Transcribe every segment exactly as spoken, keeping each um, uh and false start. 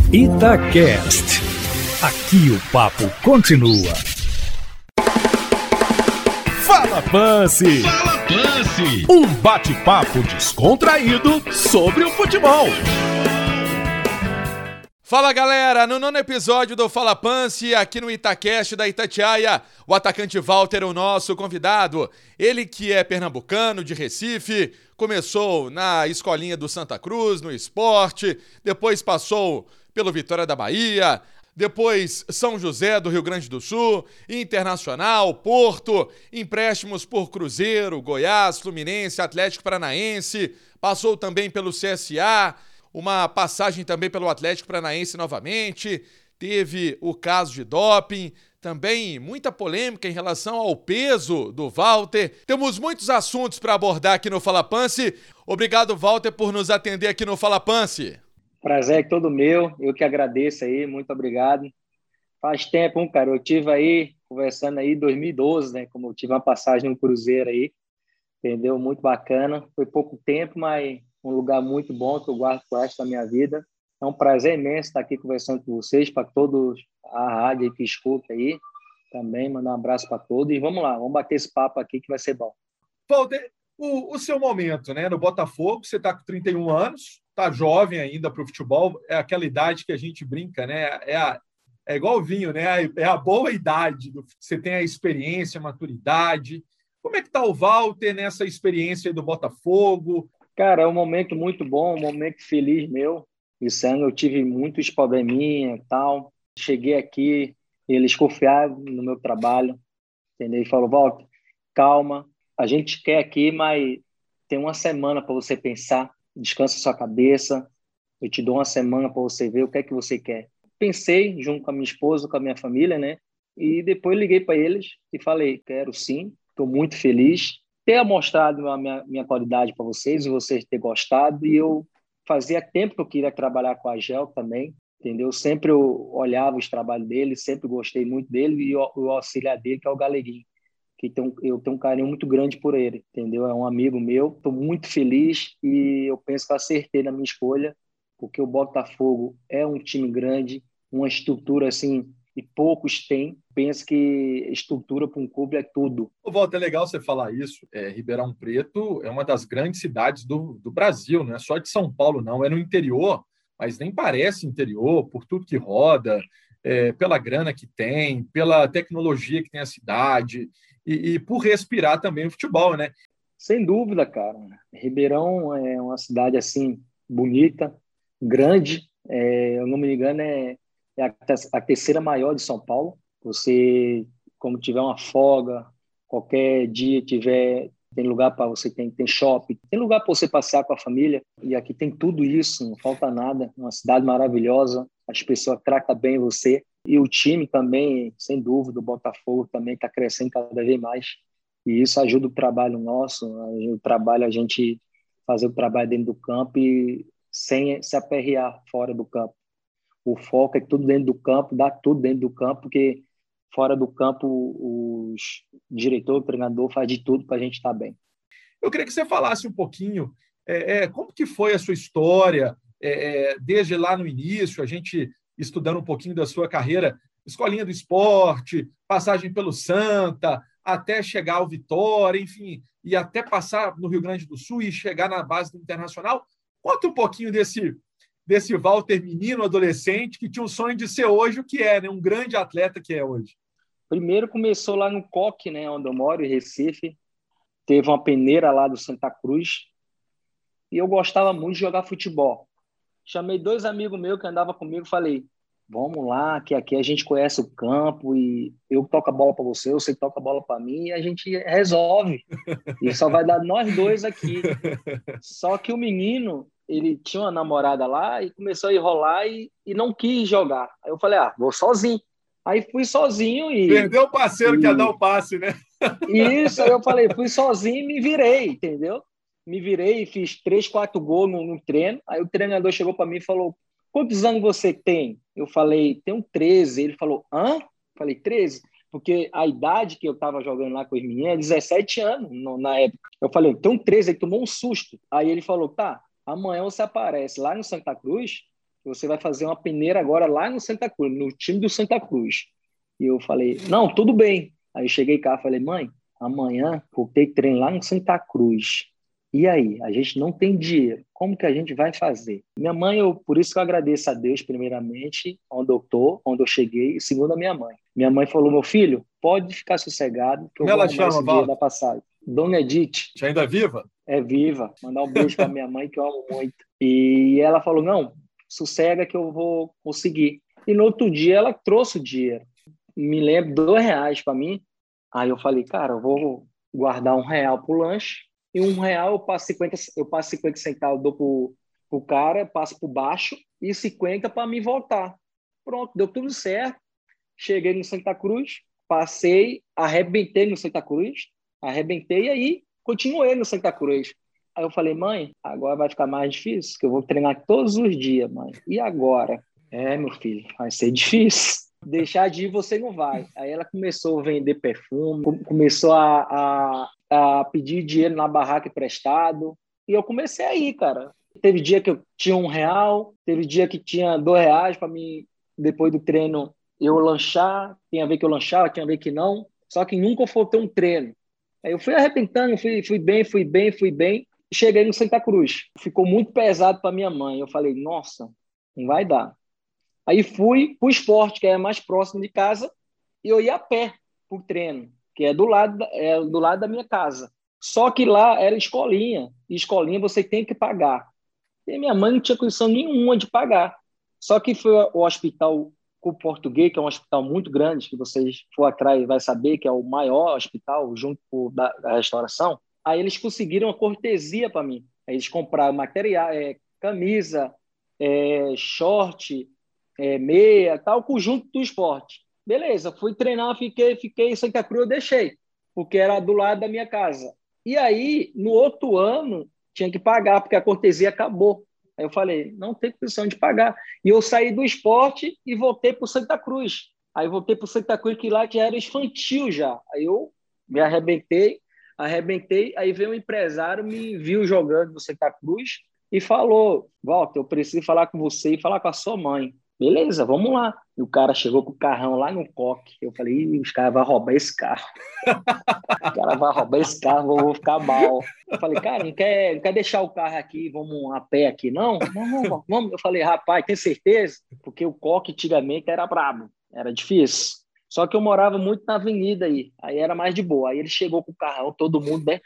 Itacast. Aqui o papo continua. Fala Pance! Fala Pance! Um bate-papo descontraído sobre o futebol. Fala galera, no nono episódio do Fala Pance, aqui no Itacast da Itatiaia, o atacante Walter é o nosso convidado. Ele que é pernambucano, de Recife, começou na escolinha do Santa Cruz, no esporte, depois passou pelo Vitória da Bahia, depois São José do Rio Grande do Sul, Internacional, Porto, empréstimos por Cruzeiro, Goiás, Fluminense, Atlético Paranaense, passou também pelo C S A, uma passagem também pelo Atlético Paranaense novamente, teve o caso de doping, também muita polêmica em relação ao peso do Walter. Temos muitos assuntos para abordar aqui no Fala Pance. Obrigado, Walter, por nos atender aqui no Fala Pance. Prazer é todo meu, eu que agradeço aí, muito obrigado. Faz tempo, hein, cara, eu tive aí, conversando aí em dois mil e doze, né, como eu tive uma passagem no Cruzeiro aí, entendeu? Muito bacana, foi pouco tempo, mas um lugar muito bom que eu guardo pro resto da minha vida. É um prazer imenso estar aqui conversando com vocês, para todos a rádio que escuta aí, também mandar um abraço para todos e vamos lá, vamos bater esse papo aqui que vai ser bom. Walter, o, o seu momento, né, no Botafogo, você está com trinta e um anos, tá jovem ainda para o futebol, é aquela idade que a gente brinca, né? É, a, é igual o vinho, né? É a boa idade, do, você tem a experiência, a maturidade. Como é que tá o Walter nessa experiência do Botafogo? Cara, é um momento muito bom, um momento feliz meu. Esse ano eu tive muitos probleminhas e tal. Cheguei aqui, eles confiaram no meu trabalho, entendeu? E falaram, Walter, calma, a gente quer aqui, mas tem uma semana para você pensar. Descansa sua cabeça, eu te dou uma semana para você ver o que é que você quer. Pensei junto com a minha esposa, com a minha família, né? E depois liguei para eles e falei, quero sim, estou muito feliz. Ter mostrado a minha, minha qualidade para vocês e vocês terem gostado. E eu fazia tempo que eu queria trabalhar com a Gel também, entendeu? Sempre eu olhava os trabalhos dele, sempre gostei muito dele e o, o auxiliar dele, que é o Galeguinho. Que tem, eu tenho um carinho muito grande por ele, entendeu? É um amigo meu, estou muito feliz e eu penso que eu acertei na minha escolha, porque o Botafogo é um time grande, uma estrutura assim, e poucos têm. Penso que estrutura para um clube é tudo. O Walter, é legal você falar isso. É, Ribeirão Preto é uma das grandes cidades do, do Brasil, não é só de São Paulo, não. É no interior, mas nem parece interior, por tudo que roda, é, pela grana que tem, pela tecnologia que tem a cidade, E, e por respirar também o futebol, né? Sem dúvida, cara. Ribeirão é uma cidade, assim, bonita, grande. É, eu não me engano, é, é a, a terceira maior de São Paulo. Você, como tiver uma folga, qualquer dia tiver, tem lugar para você, tem, tem shopping, tem lugar para você passear com a família. E aqui tem tudo isso, não falta nada. Uma cidade maravilhosa, as pessoas tratam bem você. E o time também, sem dúvida, o Botafogo também está crescendo cada vez mais. E isso ajuda o trabalho nosso, o trabalho, a gente fazer o trabalho dentro do campo e sem se aperrear fora do campo. O foco é tudo dentro do campo, dá tudo dentro do campo, porque fora do campo os diretor, o treinador faz de tudo para a gente estar bem. Eu queria que você falasse um pouquinho é, é, como que foi a sua história, é, desde lá no início, a gente estudando um pouquinho da sua carreira, escolinha do esporte, passagem pelo Santa, até chegar ao Vitória, enfim, e até passar no Rio Grande do Sul e chegar na base do Internacional. Conta um pouquinho desse, desse Walter menino, adolescente, que tinha o sonho de ser hoje o que é, né? Um grande atleta que é hoje. Primeiro começou lá no Coque, né, onde eu moro, em Recife. Teve uma peneira lá do Santa Cruz. E eu gostava muito de jogar futebol. Chamei dois amigos meus que andavam comigo e falei, vamos lá, que aqui a gente conhece o campo e eu toco a bola para você, você toca a bola para mim e a gente resolve. E só vai dar nós dois aqui. Só que o menino, ele tinha uma namorada lá e começou a enrolar e, e não quis jogar. Aí eu falei, ah, vou sozinho. Aí fui sozinho e... Perdeu o parceiro e... que ia dar o passe, né? Isso, aí eu falei, fui sozinho e me virei, entendeu? Me virei e fiz três, quatro gols no, no treino. Aí o treinador chegou para mim e falou, quantos anos você tem? Eu falei, tenho treze. Ele falou, hã? Eu falei, treze? Porque a idade que eu estava jogando lá com os meninos é dezessete anos no, na época. Eu falei, tenho treze. Ele tomou um susto. Aí ele falou, tá, amanhã você aparece lá no Santa Cruz você vai fazer uma peneira agora lá no Santa Cruz, no time do Santa Cruz. E eu falei, não, tudo bem. Aí eu cheguei cá e falei, mãe, amanhã vou ter treino lá no Santa Cruz. E aí? A gente não tem dinheiro. Como que a gente vai fazer? Minha mãe, eu, por isso que eu agradeço a Deus, primeiramente, onde eu estou, onde eu cheguei, e segundo a minha mãe. Minha mãe falou, meu filho, pode ficar sossegado, que eu Como vou ela arrumar chama, esse dinheiro Walter? da passagem. Dona Edith. Você ainda é viva? É viva. Mandar um beijo para minha mãe, que eu amo muito. E ela falou, não, sossega que eu vou conseguir. E no outro dia ela trouxe o dinheiro. Me lembro, dois reais para mim. Aí eu falei, cara, eu vou guardar um real pro lanche e um real eu passo cinquenta, eu passo cinquenta centavos, dou pro, pro cara, passo por baixo e cinquenta para me voltar. Pronto, deu tudo certo. Cheguei no Santa Cruz, passei, arrebentei no Santa Cruz, arrebentei e aí continuei no Santa Cruz. Aí eu falei, mãe, agora vai ficar mais difícil, que eu vou treinar todos os dias, mãe. E agora? É, meu filho, vai ser difícil. Deixar de ir você não vai. Aí ela começou a vender perfume, começou a, a, a pedir dinheiro na barraca emprestado. E eu comecei a ir, cara. Teve dia que eu tinha um real, teve dia que tinha dois reais para mim, depois do treino, eu lanchar. Tinha vez que eu lanchava, tinha vez que não. Só que nunca faltou um treino. Aí eu fui arrebentando, fui, fui bem, fui bem, fui bem. Cheguei no Santa Cruz. Ficou muito pesado para minha mãe. Eu falei, nossa, não vai dar. Aí fui para o esporte, que é mais próximo de casa, e eu ia a pé para o treino, que é do, lado, é do lado da minha casa. Só que lá era escolinha, e escolinha você tem que pagar. E minha mãe não tinha condição nenhuma de pagar. Só que foi o hospital com o Português, que é um hospital muito grande, que vocês for atrás vai saber que é o maior hospital junto com da, da restauração. Aí eles conseguiram uma cortesia para mim. Aí eles compraram material, é, camisa, é, short, é, meia, tal, conjunto do esporte. Beleza, fui treinar, fiquei, fiquei em Santa Cruz, eu deixei, porque era do lado da minha casa. E aí, no outro ano, tinha que pagar, porque a cortesia acabou. Aí eu falei, não tem condição de pagar. E eu saí do esporte e voltei para o Santa Cruz. Aí voltei para o Santa Cruz, que lá já era infantil já. Aí eu me arrebentei, arrebentei, aí veio um empresário, me viu jogando no Santa Cruz e falou, Walter, eu preciso falar com você e falar com a sua mãe. Beleza, vamos lá. E o cara chegou com o carrão lá no coque. Eu falei, Ih, os caras vão roubar esse carro. O cara vai roubar esse carro, eu vou ficar mal. Eu falei, cara, não quer, não quer deixar o carro aqui, vamos a pé aqui, não? Não, não, vamos. Eu falei, rapaz, tem certeza? Porque o coque antigamente era brabo, era difícil. Só que eu morava muito na avenida aí, aí era mais de boa. Aí ele chegou com o carrão, todo mundo, né?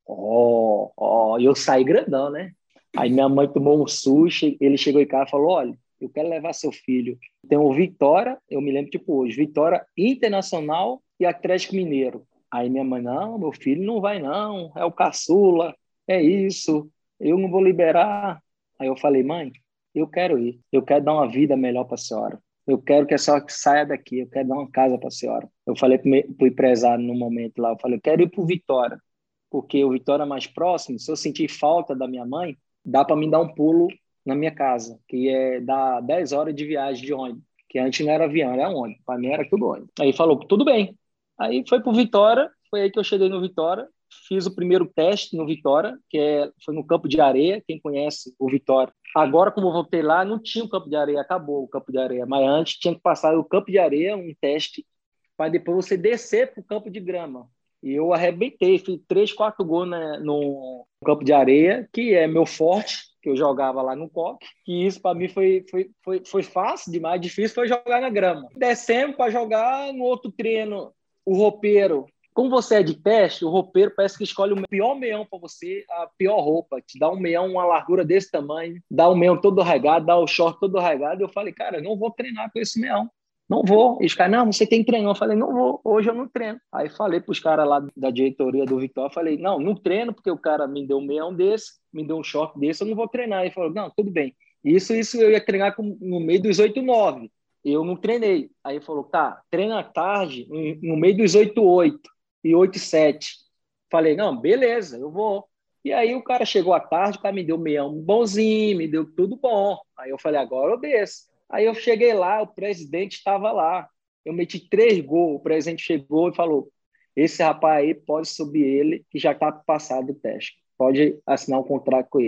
Ó, ó, e eu saí grandão, né? Aí minha mãe tomou um susto, ele chegou em casa e falou, olha, eu quero levar seu filho. Tem o Vitória, eu me lembro tipo hoje, Vitória Internacional e Atlético Mineiro. Aí minha mãe, não, meu filho não vai não, é o caçula, é isso, eu não vou liberar. Aí eu falei, mãe, eu quero ir, eu quero dar uma vida melhor para a senhora. Eu quero que a senhora saia daqui, eu quero dar uma casa para a senhora. Eu falei para o empresário no momento lá, eu falei, eu quero ir para o Vitória, porque o Vitória é mais próximo, se eu sentir falta da minha mãe, dá para me dar um pulo na minha casa, que é dá dez horas de viagem de ônibus, que antes não era avião, era ônibus, para mim era tudo ônibus. Aí falou, tudo bem. Aí foi para o Vitória, foi aí que eu cheguei no Vitória, fiz o primeiro teste no Vitória, que é, foi no campo de areia, quem conhece o Vitória. Agora, como eu voltei lá, não tinha o campo de areia, acabou o campo de areia, mas antes tinha que passar o campo de areia, um teste, para depois você descer para o campo de grama. E eu arrebentei, fiz três, quatro gols né, no campo de areia, que é meu forte, que eu jogava lá no coque, que isso para mim foi, foi, foi, foi fácil demais, difícil foi jogar na grama. Descemos para jogar no outro treino, o roupeiro. Como você é de teste, o roupeiro parece que escolhe o pior meião para você, a pior roupa, te dá um meião, uma largura desse tamanho, dá o meião todo regado, dá o short todo regado. Eu falei, cara, não vou treinar com esse meião. Não vou. E os caras, não, você tem que treinar. Eu falei, não vou, hoje eu não treino. Aí falei para os caras lá da diretoria do Vitória, falei, não, não treino porque o cara me deu um meião desse, me deu um short desse, eu não vou treinar. Ele falou, não, tudo bem. Isso, isso eu ia treinar com, no meio dos oito nove. Eu não treinei. Aí ele falou, tá, treina à tarde, no meio dos oito oito e oito sete. Falei, não, beleza, eu vou. E aí o cara chegou à tarde, o cara me deu um meião bonzinho, me deu tudo bom. Aí eu falei, agora eu desço. Aí eu cheguei lá, o presidente estava lá. Eu meti três gols, o presidente chegou e falou, esse rapaz aí pode subir ele, que já está passado o teste. Pode assinar um contrato com ele.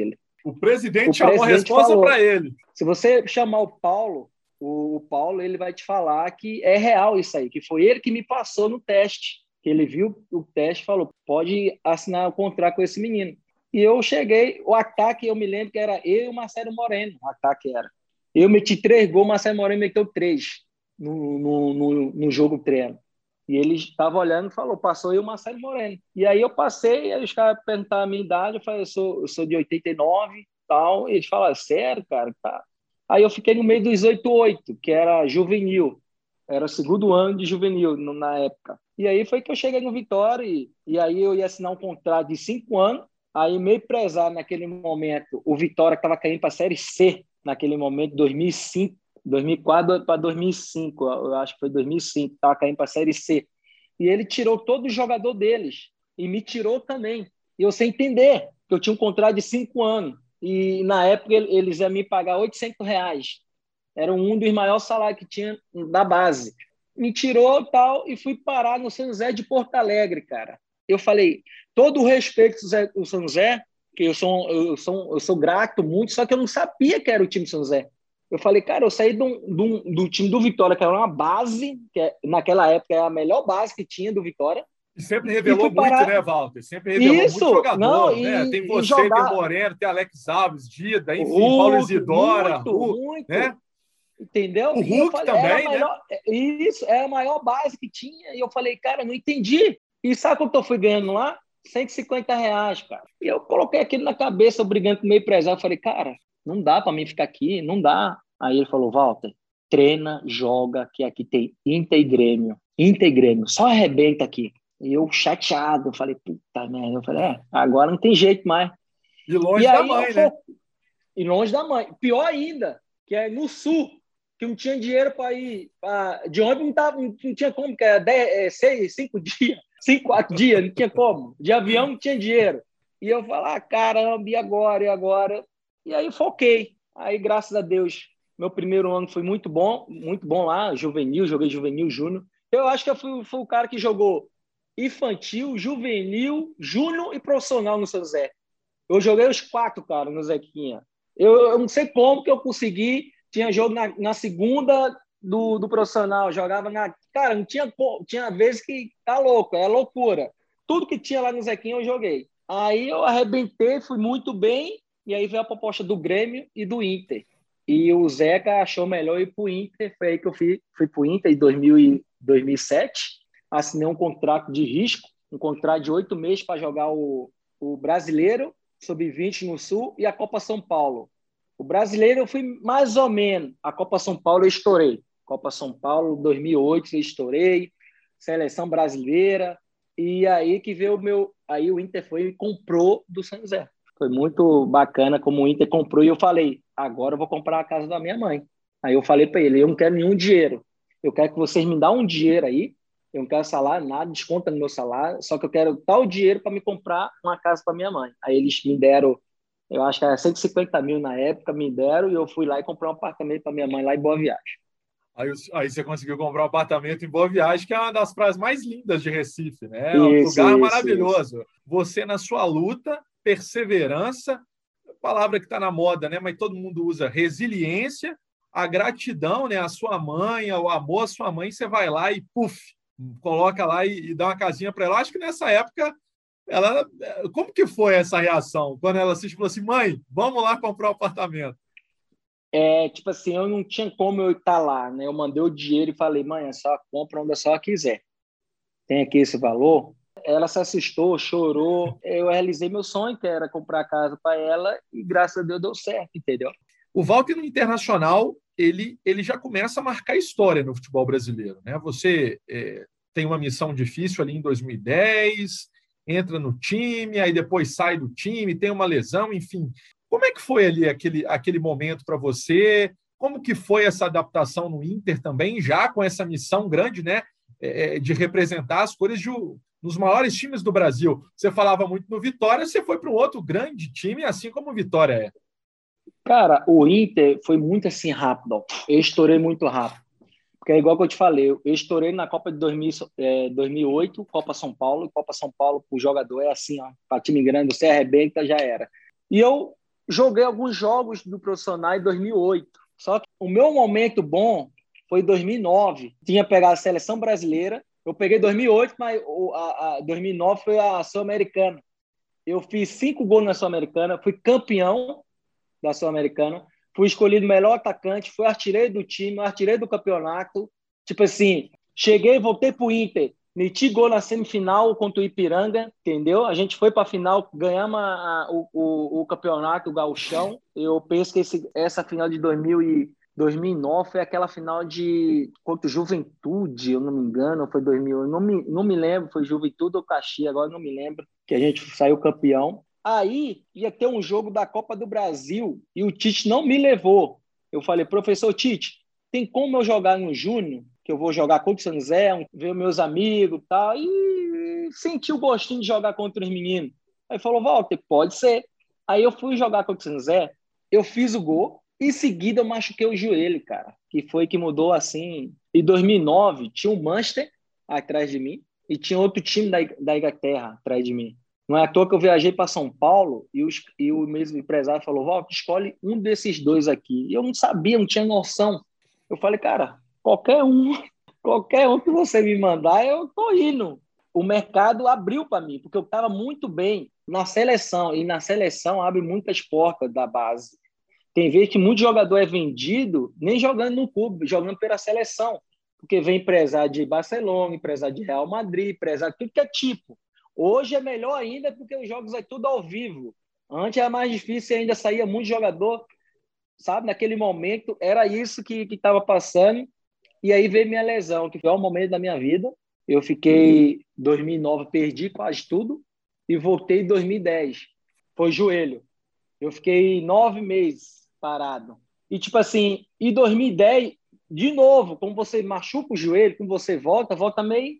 O presidente o chamou presidente a resposta falou, para ele. Se você chamar o Paulo, o, o Paulo ele vai te falar que é real isso aí, que foi ele que me passou no teste, que ele viu o teste e falou, pode assinar o contrato com esse menino. E eu cheguei, o ataque, eu me lembro que era eu e o Marcelo Moreno, o ataque era. Eu meti três gols, o Marcelo Moreno meteu três no, no, no, no jogo treino. E ele estava olhando e falou, passou eu e o Marcelo Moreno. E aí eu passei, aí os caras perguntaram a minha idade, eu falei, eu sou, eu sou de oitenta e nove e tal. E eles falaram, sério, cara? Tá. Aí eu fiquei no meio dos oito oito, que era juvenil. Era o segundo ano de juvenil na época. E aí foi que eu cheguei no Vitória e, e aí eu ia assinar um contrato de cinco anos. Aí, meio prezado naquele momento, o Vitória estava caindo para a Série C, naquele momento, dois mil e cinco, dois mil e quatro para dois mil e cinco, eu acho que foi dois mil e cinco, estava caindo para a Série C. E ele tirou todo o jogador deles, e me tirou também. E eu sem entender, que eu tinha um contrato de cinco anos, e na época eles iam me pagar oitocentos reais. Era um dos maiores salários que tinha da base. Me tirou tal, e fui parar no São José de Porto Alegre, cara. Eu falei, todo o respeito ao São José, que eu sou, eu, sou, eu sou grato muito, só que eu não sabia que era o time São José. Eu falei, cara, eu saí do, do, do time do Vitória, que era uma base, que é, naquela época era a melhor base que tinha do Vitória. E sempre revelou muito, parar... né, Walter? Sempre revelou Isso, muito jogador, não, né? E, tem você, jogar... tem o Moreno, tem Alex Alves, Dida, enfim, Hulk, Paulo Isidora, muito, Hulk, muito. Né? Entendeu? O Hulk e eu falei, também, era a melhor, né? Isso, era a maior base que tinha. E eu falei, cara, não entendi. E sabe quanto eu fui ganhando lá? cento e cinquenta reais, cara. E eu coloquei aquilo na cabeça, brigando com o meio empresário. Eu falei, cara, não dá para mim ficar aqui, não dá. Aí ele falou, Walter, treina, joga, que aqui tem Inter e Grêmio. Inter e Grêmio, só arrebenta aqui. E eu chateado, eu falei, puta merda. Eu falei, é, agora não tem jeito mais. E longe e da aí mãe, eu né? fo... E longe da mãe. Pior ainda, que é no sul, que não tinha dinheiro para ir. Pra... De ônibus não, tava, não tinha como, que era dez, seis, cinco dias, cinco, quatro dias, não tinha como. De avião não tinha dinheiro. E eu falei, ah, caramba, e agora, e agora? E aí foquei. Aí, graças a Deus, meu primeiro ano foi muito bom, muito bom lá, juvenil, joguei juvenil, júnior. Eu acho que eu fui, fui o cara que jogou infantil, juvenil, júnior e profissional no São José. Eu joguei os quatro, cara, no Zequinha. Eu, eu não sei como que eu consegui. Tinha jogo na, na segunda do, do profissional, jogava na... Cara, não tinha... Tinha vezes que tá louco, é loucura. Tudo que tinha lá no Zequinha eu joguei. Aí eu arrebentei, fui muito bem, e aí veio a proposta do Grêmio e do Inter. E o Zeca achou melhor ir pro Inter, foi aí que eu fui, fui pro Inter em dois mil e sete, assinei um contrato de risco, um contrato de oito meses para jogar o, o Brasileiro, sub vinte no Sul, e a Copa São Paulo. O Brasileiro eu fui mais ou menos. A Copa São Paulo eu estourei. Copa São Paulo dois mil e oito eu estourei. Seleção brasileira. E aí que veio o meu... Aí o Inter foi e comprou do São José. Foi muito bacana como o Inter comprou. E eu falei, agora eu vou comprar a casa da minha mãe. Aí eu falei para ele, eu não quero nenhum dinheiro. Eu quero que vocês me dão um dinheiro aí. Eu não quero salário, nada, desconta no meu salário. Só que eu quero tal dinheiro para me comprar uma casa para minha mãe. Aí eles me deram... Eu acho que era cento e cinquenta mil na época, me deram, e eu fui lá e comprei um apartamento para minha mãe lá em Boa Viagem. Aí, aí você conseguiu comprar um apartamento em Boa Viagem, que é uma das praias mais lindas de Recife, né? Isso, um lugar isso, maravilhoso. Isso. Você, na sua luta, perseverança, palavra que está na moda, né? Mas todo mundo usa resiliência, a gratidão, né? A sua mãe, o amor à sua mãe, você vai lá e, puf, coloca lá e, e dá uma casinha para ela. Acho que nessa época... Ela, como que foi essa reação quando ela assiste e falou assim, mãe, vamos lá comprar um apartamento? É, tipo assim, eu não tinha como eu estar lá, né? Eu mandei o dinheiro e falei, mãe, é só compra onde a senhora quiser. Tem aqui esse valor. Ela se assustou, chorou. Eu realizei meu sonho, que era comprar a casa para ela, e graças a Deus deu certo, entendeu? O Walter no Internacional, ele, ele já começa a marcar história no futebol brasileiro, né? Você é, tem uma missão difícil ali em dois mil e dez, entra no time, aí depois sai do time, tem uma lesão, enfim. Como é que foi ali aquele, aquele momento para você? Como que foi essa adaptação no Inter também, já com essa missão grande, né, de representar as cores de um dos maiores times do Brasil? Você falava muito no Vitória, você foi para um outro grande time, assim como o Vitória é. Cara, o Inter foi muito assim rápido. Eu estourei muito rápido. Porque é igual que eu te falei, eu estourei na Copa de dois mil, é, dois mil e oito, Copa São Paulo, e Copa São Paulo, o jogador é assim, ó, para time grande, você arrebenta, já era. E eu joguei alguns jogos do profissional em dois mil e oito. Só que o meu momento bom foi em dois mil e nove. Tinha pegado a seleção brasileira. Eu peguei dois mil e oito, mas a, a dois mil e nove foi a Sul-Americana. Eu fiz cinco gols na Sul-Americana, fui campeão da Sul-Americana, fui escolhido melhor atacante, fui artilheiro do time, artilheiro do campeonato. Tipo assim, cheguei, voltei pro Inter, meti gol na semifinal contra o Ipiranga, entendeu? A gente foi para a final, ganhamos a, a, o, o, o campeonato, o Gauchão. Eu penso que esse, essa final de dois mil e nove foi aquela final de contra o Juventude, eu não me engano, foi dois mil, eu não me, não me lembro, foi Juventude ou Caxias, agora não me lembro, que a gente saiu campeão. Aí ia ter um jogo da Copa do Brasil e o Tite não me levou. Eu falei, professor Tite, tem como eu jogar no Júnior, que eu vou jogar contra o São José, ver meus amigos e tal, e senti o gostinho de jogar contra os meninos. Aí falou, Walter, pode ser. Aí eu fui jogar contra o São José, eu fiz o gol, em seguida eu machuquei o joelho, cara, que foi que mudou assim. Em dois mil e nove, tinha o Manchester atrás de mim e tinha outro time da, da Inglaterra atrás de mim. Não é à toa que eu viajei para São Paulo e, os, e o mesmo empresário falou, Walter, escolhe um desses dois aqui. E eu não sabia, não tinha noção. Eu falei, cara, qualquer um, qualquer um que você me mandar, eu tô indo. O mercado abriu para mim, porque eu estava muito bem na seleção, e na seleção abre muitas portas da base. Tem vezes que muito jogador é vendido nem jogando no clube, jogando pela seleção, porque vem empresário de Barcelona, empresário de Real Madrid, empresário de tudo que é tipo. Hoje é melhor ainda porque os jogos é tudo ao vivo. Antes era mais difícil, ainda saía muito jogador, sabe? Naquele momento era isso que estava passando. E aí veio minha lesão, que foi o momento da minha vida. Eu fiquei em dois mil e nove, perdi quase tudo e voltei em dois mil e dez. Foi joelho. Eu fiquei nove meses parado. E tipo assim, em dois mil e dez, de novo, como você machuca o joelho, como você volta, volta meio...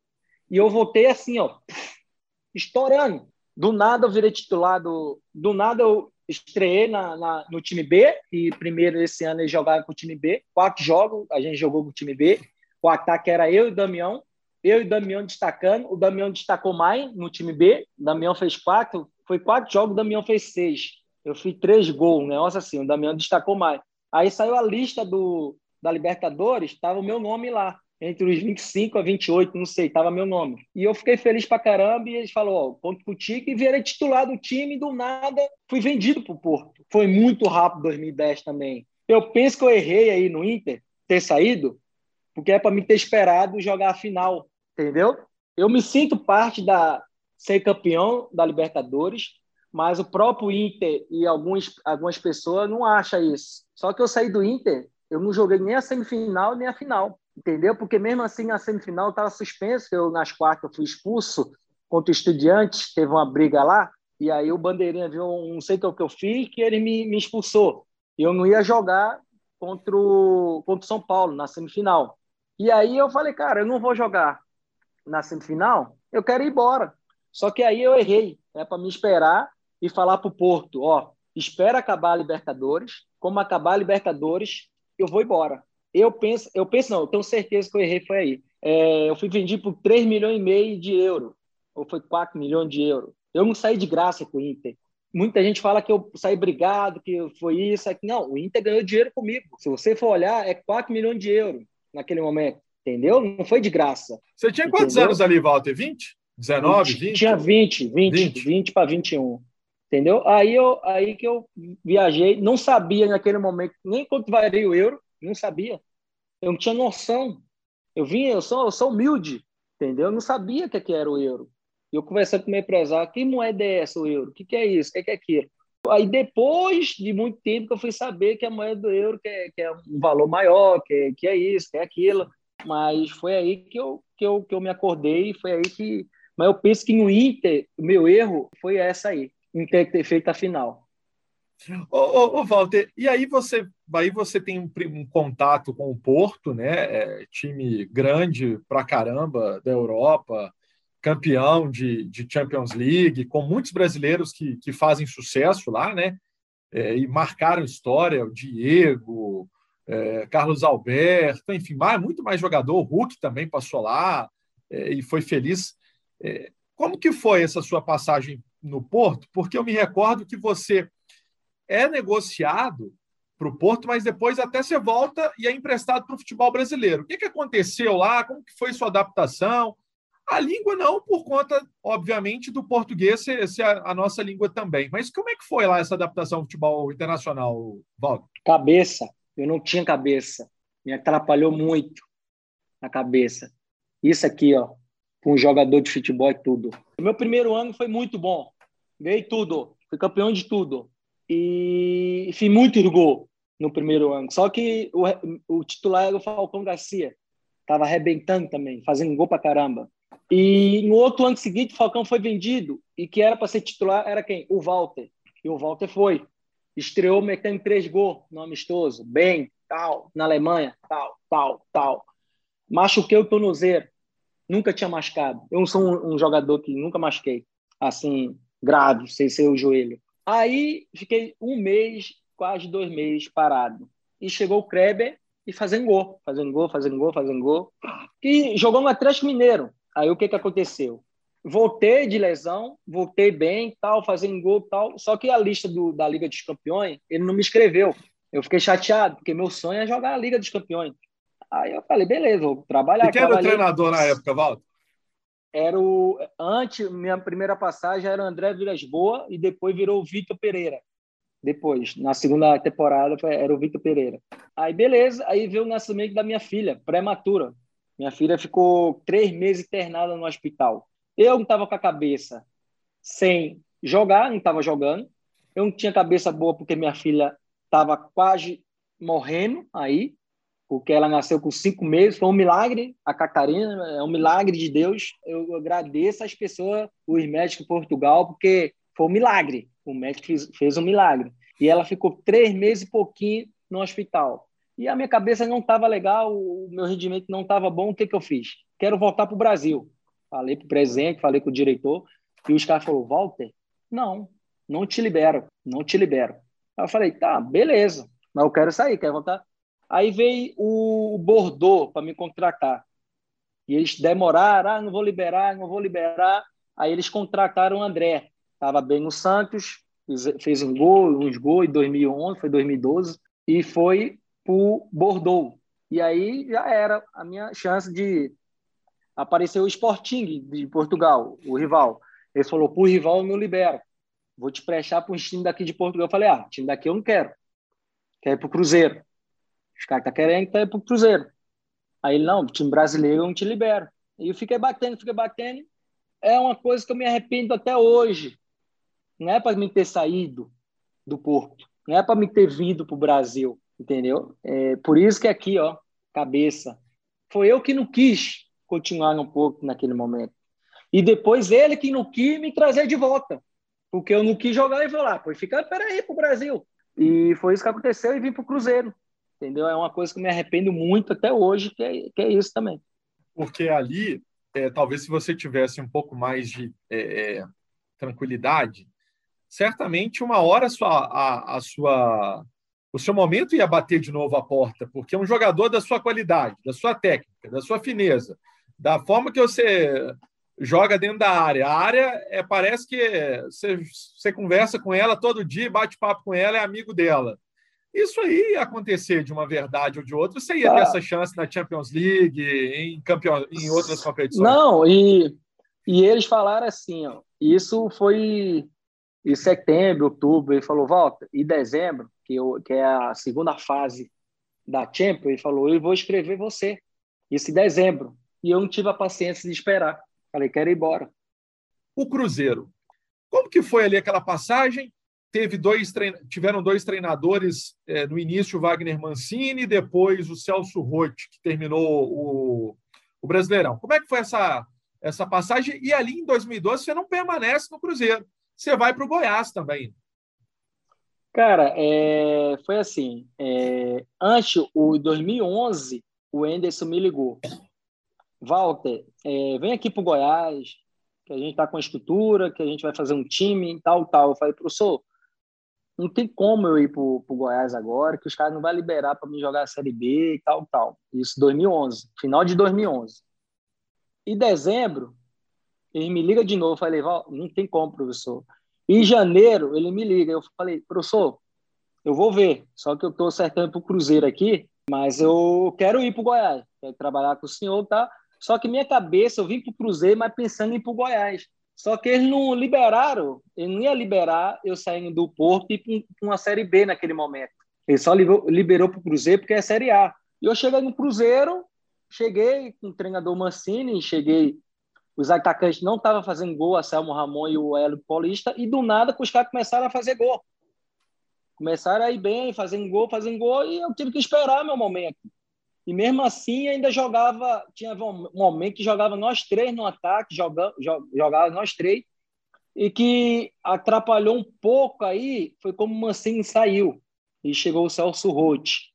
E eu voltei assim, ó, estourando. Do nada eu virei titular, do, do nada eu estreiei na, na, no time B, e primeiro esse ano eles jogaram com o time B, quatro jogos, a gente jogou com o time B, o ataque era eu e o Damião, eu e o Damião destacando, o Damião destacou mais no time B, o Damião fez quatro, foi quatro jogos, o Damião fez seis, eu fiz três gols, um negócio assim, o Damião destacou mais. Aí saiu a lista do, da Libertadores, estava o meu nome lá, entre os vinte e cinco a vinte e oito, não sei, tava meu nome. E eu fiquei feliz pra caramba, e eles falaram, ó, ponto pro Tico, e virei titular do time, e do nada fui vendido pro Porto. Foi muito rápido dois mil e dez também. Eu penso que eu errei aí no Inter, ter saído, porque é para mim ter esperado jogar a final, entendeu? Eu me sinto parte da ser campeão da Libertadores, mas o próprio Inter e alguns, algumas pessoas não acham isso. Só que eu saí do Inter, eu não joguei nem a semifinal, nem a final. Entendeu? Porque mesmo assim, na semifinal estava suspenso, eu nas quartas fui expulso contra o Estudiantes, teve uma briga lá, e aí o Bandeirinha viu, não sei o que, eu, que eu fiz, que ele me, me expulsou. E eu não ia jogar contra o, contra o São Paulo, na semifinal. E aí eu falei, cara, eu não vou jogar na semifinal, eu quero ir embora. Só que aí eu errei, é, para me esperar e falar para o Porto, ó, espera acabar a Libertadores, como acabar a Libertadores, eu vou embora. Eu penso, eu penso não, eu tenho certeza que eu errei foi aí. É, eu fui vendido por três milhões e meio de euros, ou foi quatro milhões de euros. Eu não saí de graça com o Inter. Muita gente fala que eu saí brigado, que foi isso, aqui. Não, o Inter ganhou dinheiro comigo. Se você for olhar, é quatro milhões de euros naquele momento, entendeu? Não foi de graça. Você tinha quantos entendeu? anos ali, Walter? vinte? dezenove, vinte? Tinha vinte, vinte, vinte para vinte e um. Entendeu? Aí, eu, aí que eu viajei, não sabia naquele momento nem quanto valia o euro, não sabia. Eu não tinha noção. Eu vim, eu sou, eu sou humilde, entendeu? Eu não sabia o que, que era o euro. Eu conversando com o meu empresário, que moeda é essa, o euro? O que, que é isso? O que, que é aquilo? Aí depois de muito tempo que eu fui saber que a moeda do euro que é, que é um valor maior, que é, que é isso, que é aquilo. Mas foi aí que eu, que eu, que eu me acordei, foi aí que... Mas eu penso que no Inter, o meu erro foi essa aí, em ter, ter feito a final. Ô, ô, ô, Walter, e aí você, aí você tem um, um contato com o Porto, né? É, time grande pra caramba da Europa, campeão de, de Champions League, com muitos brasileiros que, que fazem sucesso lá, né? É, e marcaram história, o Diego, é, Carlos Alberto, enfim, mais, muito mais jogador, o Hulk também passou lá, é, e foi feliz. É, como que foi essa sua passagem no Porto? Porque eu me recordo que você é negociado para o Porto, mas depois até você volta e é emprestado para o futebol brasileiro. O que, que aconteceu lá? Como que foi sua adaptação? A língua não, por conta, obviamente, do português ser, ser a, a nossa língua também. Mas como é que foi lá essa adaptação ao futebol internacional, Valdo? Cabeça. Eu não tinha cabeça. Me atrapalhou muito a cabeça. Isso aqui, ó, com um jogador de futebol e tudo. O meu primeiro ano foi muito bom. Ganhei tudo. Fui campeão de tudo. E fiz muito gol no primeiro ano. Só que o, o titular era o Falcão Garcia. Estava arrebentando também, fazendo gol pra caramba. E no outro ano seguinte, o Falcão foi vendido. E que era para ser titular era quem? O Walter. E o Walter foi. Estreou metendo três gols no amistoso. Bem, tal. Na Alemanha, tal, tal, tal. Machuquei o tornozelo. Nunca tinha machucado. Eu não sou um, um jogador que nunca machuquei. Assim, grave, sem ser o joelho. Aí fiquei um mês, quase dois meses parado. E chegou o Kleber e fazendo gol, fazendo gol, fazendo gol, fazendo gol. E jogou no Atlético Mineiro. Aí o que, que aconteceu? Voltei de lesão, voltei bem, tal, fazendo gol, tal. Só que a lista do, da Liga dos Campeões, ele não me escreveu. Eu fiquei chateado, porque meu sonho é jogar a Liga dos Campeões. Aí eu falei, beleza, vou trabalhar. E quem era o treinador na época, Valdo? Era o... Antes, minha primeira passagem era o André Vilas-Boas e depois virou o Vitor Pereira. Depois, na segunda temporada, era o Vitor Pereira. Aí, beleza. Aí veio o nascimento da minha filha, prematura. Minha filha ficou três meses internada no hospital. Eu não estava com a cabeça sem jogar, não estava jogando. Eu não tinha cabeça boa porque minha filha estava quase morrendo aí, porque ela nasceu com cinco meses. Foi um milagre, a Catarina, é um milagre de Deus. Eu agradeço às pessoas, os médicos de Portugal, porque foi um milagre. O médico fez, fez um milagre. E ela ficou três meses e pouquinho no hospital. E a minha cabeça não estava legal, o meu rendimento não estava bom. O que, que eu fiz? Quero voltar para o Brasil. Falei para o presidente, falei com o diretor, e os caras falaram, Walter, não, não te libero, não te libero. Aí eu falei, tá, beleza, mas eu quero sair, quero voltar. Aí veio o Bordeaux para me contratar. E eles demoraram, ah, não vou liberar, não vou liberar. Aí eles contrataram o André. Estava bem no Santos, fez um gol, uns gols em dois mil e onze, foi dois mil e doze, e foi para o Bordeaux. E aí já era a minha chance de aparecer o Sporting de Portugal, o rival. Ele falou, para o rival eu não libero. Vou te prestar para um time daqui de Portugal. Eu falei, ah, time daqui eu não quero. Quero ir para o Cruzeiro. Os caras estão querendo que eu ir para o Cruzeiro. Aí ele, não, time brasileiro eu não te libero. E eu fiquei batendo, fiquei batendo. É uma coisa que eu me arrependo até hoje. Não é para me ter saído do Porto. Não é para me ter vindo para o Brasil. Entendeu? É por isso que aqui, ó, cabeça. Foi eu que não quis continuar no Porto naquele momento. E depois ele que não quis me trazer de volta. Porque eu não quis jogar e falar, pô, fica, peraí, pro Brasil. E foi isso que aconteceu e vim pro Cruzeiro. Entendeu? É uma coisa que eu me arrependo muito até hoje, que é, que é isso também. Porque ali, é, talvez se você tivesse um pouco mais de é, tranquilidade, certamente uma hora a sua, a, a sua, o seu momento ia bater de novo a porta, porque é um jogador da sua qualidade, da sua técnica, da sua fineza, da forma que você joga dentro da área. A área é, parece que você, você conversa com ela todo dia, bate papo com ela, é amigo dela. Isso aí ia acontecer de uma verdade ou de outra, você ia ter ah. essa chance na Champions League, em, campeão, em outras competições. Não, e, e eles falaram assim, ó, isso foi em setembro, outubro, ele falou, Walter, em dezembro, que, eu, que é a segunda fase da Champions, ele falou, eu vou escrever você, isso em dezembro. E eu não tive a paciência de esperar. Falei, quero ir embora. O Cruzeiro, como que foi ali aquela passagem? Teve dois trein... Tiveram dois treinadores é, no início, o Wagner Mancini, e depois o Celso Roth, que terminou o... o Brasileirão. Como é que foi essa, essa passagem? E ali em dois mil e doze você não permanece no Cruzeiro. Você vai para o Goiás também. Cara, é... foi assim. É... Antes, o dois mil e onze, o Anderson me ligou. Walter, é... vem aqui para o Goiás, que a gente está com a estrutura, que a gente vai fazer um time, tal, tal. Eu falei, professor, não tem como eu ir para o Goiás agora, que os caras não vão liberar para me jogar a Série B e tal, tal. Isso dois mil e onze, final de dois mil e onze. Em dezembro, ele me liga de novo. Eu falei, não tem como, professor. Em janeiro, ele me liga. Eu falei, professor, eu vou ver. Só que eu estou acertando para o Cruzeiro aqui, mas eu quero ir para o Goiás. Quero trabalhar com o senhor, tá? Só que minha cabeça, eu vim para o Cruzeiro, mas pensando em ir para o Goiás. Só que eles não liberaram, ele não ia liberar eu saindo do Porto e ir para uma Série B naquele momento. Ele só liberou para o Cruzeiro porque é Série A. E eu cheguei no Cruzeiro, cheguei com o treinador Mancini, cheguei, os atacantes não estavam fazendo gol, a Selmo Ramon e o Hélio Paulista, e do nada os caras começaram a fazer gol. Começaram a ir bem, fazendo gol, fazendo gol, e eu tive que esperar meu momento. E mesmo assim ainda jogava, tinha um momento que jogava nós três no ataque, jogava, jogava nós três, e que atrapalhou um pouco aí, foi como o Mancini saiu, e chegou o Celso Roth.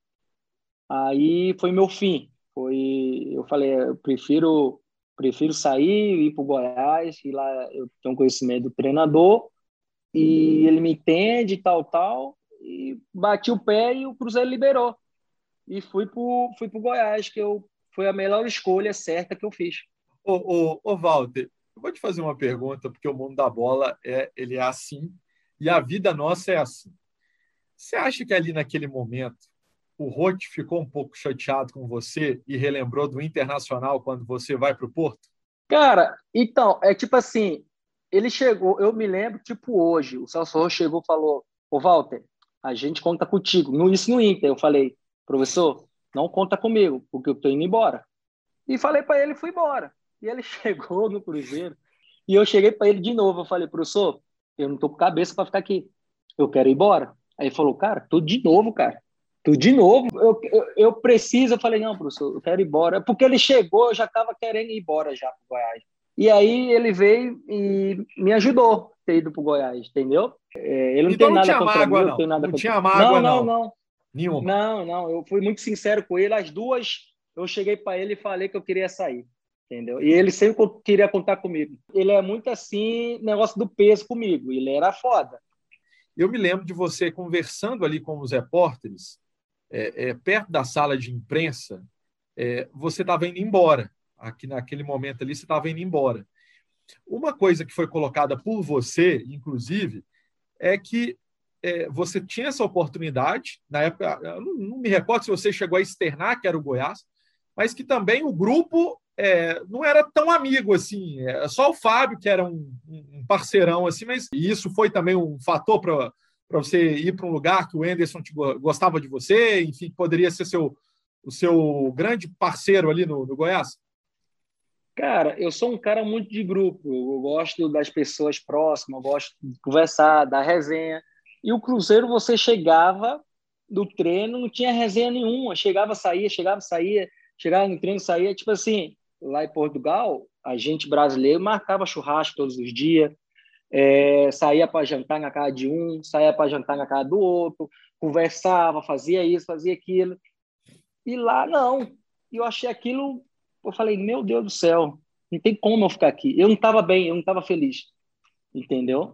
Aí foi meu fim. Foi, eu falei, eu prefiro, prefiro sair, ir para o Goiás, e lá eu tenho conhecimento do treinador, e ele me entende, tal, tal, e bati o pé e o Cruzeiro liberou. E fui para fui o Goiás, que eu, foi a melhor escolha certa que eu fiz. Ô, ô, ô, Walter, eu vou te fazer uma pergunta, porque o mundo da bola é, ele é assim, e a vida nossa é assim. Você acha que ali naquele momento o Roth ficou um pouco chateado com você e relembrou do Internacional quando você vai para o Porto? Cara, então, é tipo assim, ele chegou, eu me lembro, tipo hoje, o Celso Roth chegou e falou, ô Walter, a gente conta contigo. No, isso no Inter, eu falei, professor, não conta comigo, porque eu tô indo embora. E falei para ele, fui embora. E ele chegou no Cruzeiro, e eu cheguei para ele de novo, eu falei, professor, eu não tô com cabeça para ficar aqui, eu quero ir embora. Aí ele falou, cara, tudo de novo, cara. Tudo de novo. Eu, eu, eu preciso. Eu falei, não, professor, eu quero ir embora. Porque ele chegou, eu já estava querendo ir embora já para o Goiás. E aí ele veio e me ajudou a ter ido para o Goiás, entendeu? É, ele não então tem não nada tinha contra mágoa, mim, não. não tem nada não contra... tinha mágoa, não. não. Não, não. Nenhuma. Não, não. Eu fui muito sincero com ele. As duas, eu cheguei para ele e falei que eu queria sair. Entendeu? E ele sempre queria contar comigo. Ele é muito assim, negócio do peso comigo. Ele era foda. Eu me lembro de você conversando ali com os repórteres, é, é, perto da sala de imprensa, é, você estava indo embora. Aqui naquele momento ali, você estava indo embora. Uma coisa que foi colocada por você, inclusive, é que é, você tinha essa oportunidade, na época, eu não, não me recordo se você chegou a externar, que era o Goiás, mas que também o grupo é, não era tão amigo assim, é, só o Fábio, que era um, um parceirão, assim, mas isso foi também um fator para você ir para um lugar que o Anderson te, gostava de você, enfim, poderia ser seu, o seu grande parceiro ali no, no Goiás? Cara, eu sou um cara muito de grupo, eu gosto das pessoas próximas, eu gosto de conversar, da resenha. E o Cruzeiro, você chegava do treino, não tinha resenha nenhuma, chegava, saía, chegava, saía, chegava no treino, saía, tipo assim, lá em Portugal, a gente brasileiro marcava churrasco todos os dias, é, saía para jantar na casa de um, saía para jantar na casa do outro, conversava, fazia isso, fazia aquilo. E lá, não. E eu achei aquilo, eu falei, meu Deus do céu, não tem como eu ficar aqui. Eu não estava bem, eu não estava feliz, entendeu?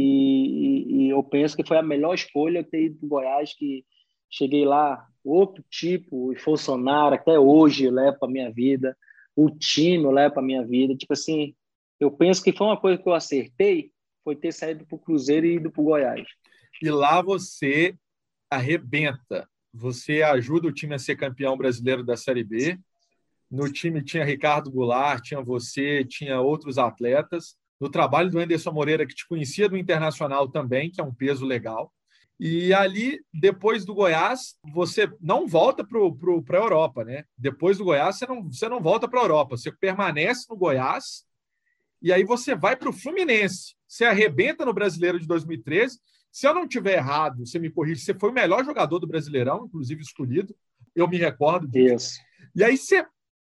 E, e, e eu penso que foi a melhor escolha eu ter ido para o Goiás, que cheguei lá, outro tipo, o Bolsonaro, até hoje eu levo para a minha vida, o time eu levo para a minha vida. Tipo assim, eu penso que foi uma coisa que eu acertei, foi ter saído para o Cruzeiro e ido para o Goiás. E lá você arrebenta. Você ajuda o time a ser campeão brasileiro da Série B. No time tinha Ricardo Goulart, tinha você, tinha outros atletas. No trabalho do Anderson Moreira, que te conhecia do Internacional também, que é um peso legal. E ali, depois do Goiás, você não volta para a Europa, né? Depois do Goiás, você não, você não volta para a Europa. Você permanece no Goiás e aí você vai para o Fluminense. Você arrebenta no Brasileiro de dois mil e treze. Se eu não tiver errado, você me corrige, você foi o melhor jogador do Brasileirão, inclusive escolhido. Eu me recordo disso. Isso. E aí você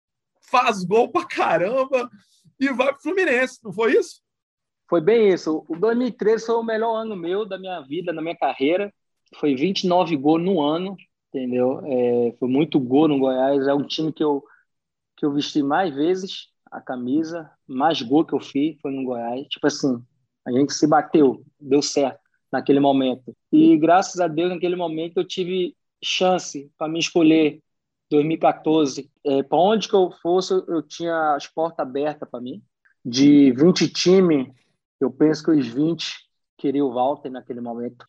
faz gol pra caramba e vai pro Fluminense, não foi isso? Foi bem isso. O dois mil e treze foi o melhor ano meu da minha vida, da minha carreira. Foi vinte e nove gols no ano, entendeu? É, foi muito gol no Goiás. É um time que eu, que eu vesti mais vezes a camisa, mais gol que eu fiz foi no Goiás. Tipo assim, a gente se bateu, deu certo naquele momento. E graças a Deus, naquele momento, eu tive chance para me escolher dois mil e quatorze. É, para onde que eu fosse, eu tinha as portas abertas para mim. De vinte times, eu penso que os vinte queriam o Walter naquele momento.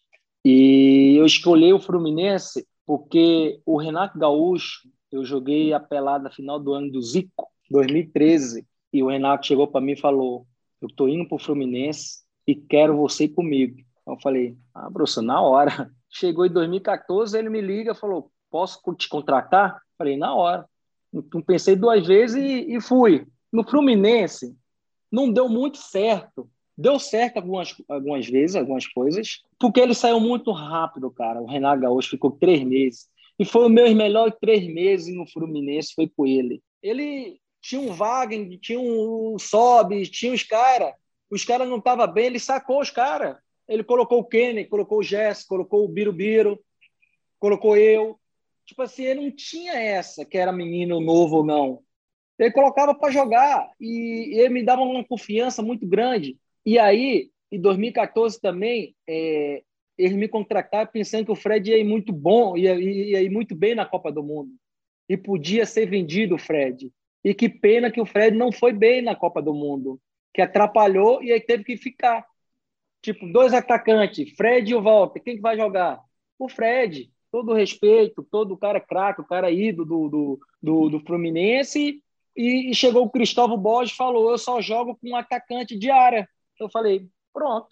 E eu escolhi o Fluminense porque o Renato Gaúcho, eu joguei a pelada final do ano do Zico, dois mil e treze, e o Renato chegou para mim e falou: eu tô indo pro Fluminense e quero você comigo. Então eu falei: ah, professor, na hora. Chegou em dois mil e quatorze, ele me liga e falou: posso te contratar? Falei: na hora. Então pensei duas vezes e, e fui. No Fluminense, não deu muito certo. Deu certo algumas, algumas vezes, algumas coisas, porque ele saiu muito rápido, cara. O Renato Gaúcho ficou três meses. E foi o meus melhores três meses no Fluminense, foi com ele. Ele tinha um Wagner, tinha um Sobis, tinha os caras. Os caras não estavam bem, ele sacou os caras. Ele colocou o Kenny, colocou o Jess, colocou o Birubiru, colocou eu. Tipo assim, ele não tinha essa, que era menino novo ou não. Ele colocava para jogar e ele me dava uma confiança muito grande. E aí, em dois mil e quatorze também, é, eles me contrataram pensando que o Fred ia ir muito bom, ia, ia ir muito bem na Copa do Mundo. E podia ser vendido o Fred. E que pena que o Fred não foi bem na Copa do Mundo, que atrapalhou e aí teve que ficar. Tipo, dois atacantes, Fred e o Walter, quem que vai jogar? O Fred. Todo o respeito, todo o cara craque, o cara ídolo do, do, do, do Fluminense. E, e chegou o Cristóvão Borges e falou: eu só jogo com um atacante de área. Eu falei: pronto,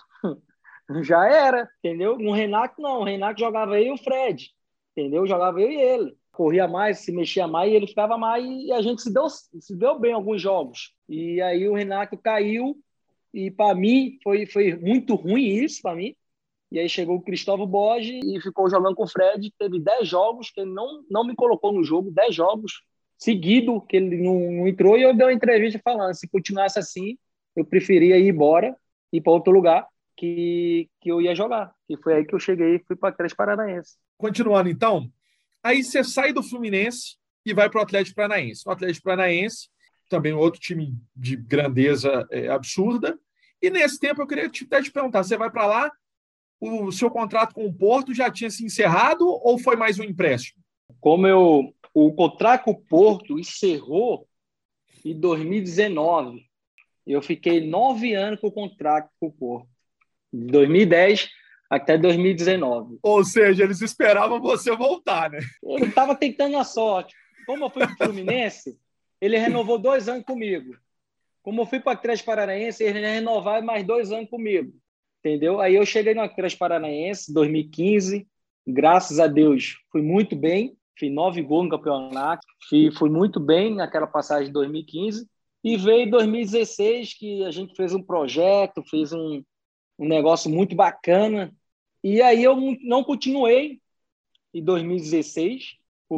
já era, entendeu? No Renato, não. O Renato jogava eu e o Fred, entendeu? Jogava eu e ele. Corria mais, se mexia mais e ele ficava mais. E a gente se deu, se deu bem em alguns jogos. E aí o Renato caiu e, para mim, foi, foi muito ruim isso, para mim. E aí chegou o Cristóvão Borges e ficou jogando com o Fred. Teve dez jogos que ele não, não me colocou no jogo, dez jogos seguido que ele não, não entrou. E eu dei uma entrevista falando: se continuasse assim, eu preferia ir embora, ir para outro lugar, que, que eu ia jogar. E foi aí que eu cheguei e fui para o Atlético Paranaense. Continuando, então, aí você sai do Fluminense e vai para o Atlético Paranaense. O Atlético Paranaense, também outro time de grandeza é, absurda. E nesse tempo eu queria te, até te perguntar, você vai para lá, o seu contrato com o Porto já tinha se encerrado ou foi mais um empréstimo? Como eu, o contrato com o Porto encerrou em dois mil e dezenove. Eu fiquei nove anos com o contrato com o Porto. De dois mil e dez até dois mil e dezenove. Ou seja, eles esperavam você voltar, né? Ele estava tentando a sorte. Como eu fui para o Fluminense, ele renovou dois anos comigo. Como eu fui para o Atlético Paranaense, ele renovaram mais dois anos comigo. Entendeu? Aí eu cheguei no Atlético Paranaense em dois mil e quinze. Graças a Deus, fui muito bem. Fiz nove gols no campeonato. Fui, fui muito bem naquela passagem de dois mil e quinze. E veio dois mil e dezesseis, que a gente fez um projeto, fez um, um negócio muito bacana. E aí eu não continuei em dois mil e dezesseis,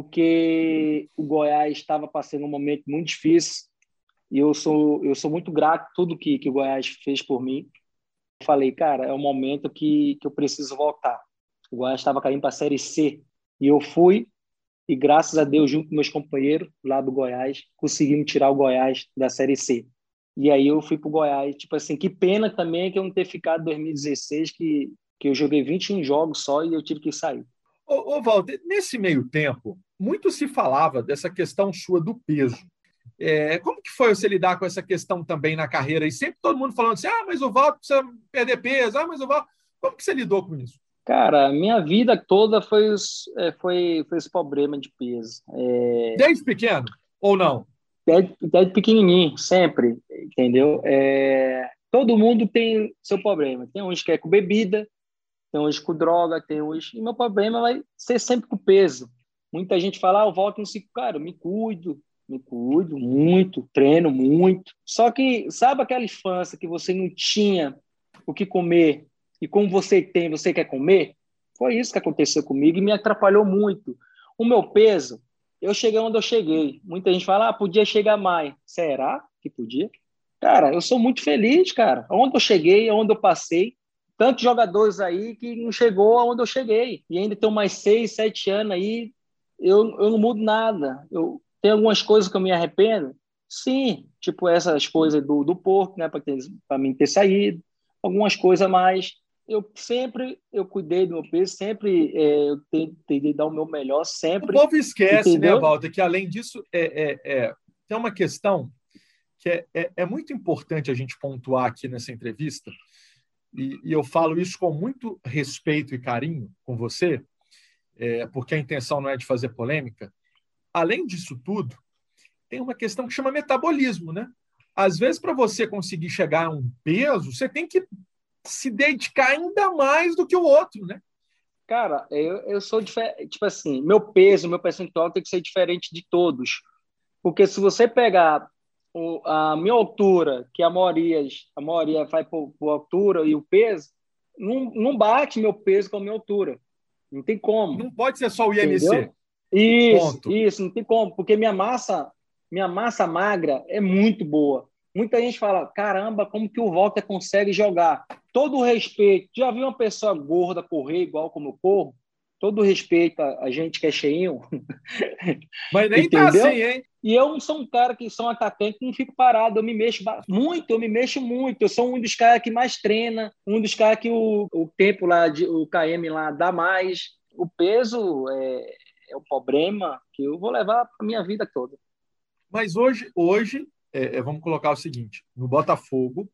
porque o Goiás estava passando um momento muito difícil. E eu sou, eu sou muito grato a tudo que, que o Goiás fez por mim. Eu falei: cara, é um momento que, que eu preciso voltar. O Goiás estava caindo para a Série C. E eu fui, e graças a Deus, junto com meus companheiros lá do Goiás, conseguimos tirar o Goiás da Série C. E aí eu fui para o Goiás. Tipo assim, que pena também que eu não ter ficado em dois mil e dezesseis, que, que eu joguei vinte e um jogos só e eu tive que sair. Ô, ô Walter, nesse meio tempo, muito se falava dessa questão sua do peso. É, como que foi você lidar com essa questão também na carreira? E sempre todo mundo falando assim: ah, mas o Walter precisa perder peso, ah, mas o Walter... Como que você lidou com isso? Cara, minha vida toda foi, os, foi, foi esse problema de peso. É... Desde pequeno, ou não? Desde, desde pequenininho, sempre, entendeu? É... Todo mundo tem seu problema. Tem uns que é com bebida, tem uns com droga, tem uns... E meu problema vai ser sempre com peso. Muita gente fala: ah, eu volto no cinco. Cara, eu me cuido, me cuido muito, treino muito. Só que, sabe aquela infância que você não tinha o que comer e como você tem, você quer comer? Foi isso que aconteceu comigo e me atrapalhou muito. O meu peso, eu cheguei onde eu cheguei. Muita gente fala: ah, podia chegar mais. Será que podia? Cara, eu sou muito feliz, cara. Onde eu cheguei, onde eu passei. Tantos jogadores aí que não chegou aonde eu cheguei. E ainda tenho mais seis, sete anos aí, eu, eu não mudo nada. Eu, tem algumas coisas que eu me arrependo? Sim, tipo essas coisas do, do Porto, né, para mim ter saído. Algumas coisas a mais. Eu sempre eu cuidei do meu peso, sempre é, eu tentei dar o meu melhor, sempre. O povo esquece, entendeu? né, Walter, que além disso, é, é, é, tem uma questão que é, é, é muito importante a gente pontuar aqui nessa entrevista, e, e eu falo isso com muito respeito e carinho com você, é, porque a intenção não é de fazer polêmica. Além disso tudo, tem uma questão que chama metabolismo, né? Às vezes, para você conseguir chegar a um peso, você tem que se dedicar ainda mais do que o outro, né? Cara, eu, eu sou diferente. Tipo assim, meu peso, meu percentual tem que ser diferente de todos. Porque se você pegar o, a minha altura, que a maioria, a maioria vai por, por altura e o peso, não, não bate meu peso com a minha altura. Não tem como. Não pode ser só o I M C. Entendeu? Isso, Ponto. isso, não tem como. Porque minha massa, minha massa magra é muito boa. Muita gente fala, caramba, como que o Walter consegue jogar? Todo o respeito. Já viu uma pessoa gorda correr igual como eu corro? Todo o respeito a, a gente que é cheinho. Mas nem entendeu? tá assim, hein? E eu não sou um cara que sou um atacante que não fico parado. Eu me mexo muito, eu me mexo muito. Eu sou um dos caras que mais treina, um dos caras que o, o tempo lá, de, o K M lá dá mais. O peso é, é um problema que eu vou levar para minha vida toda. Mas hoje, hoje é, é, vamos colocar o seguinte, no Botafogo,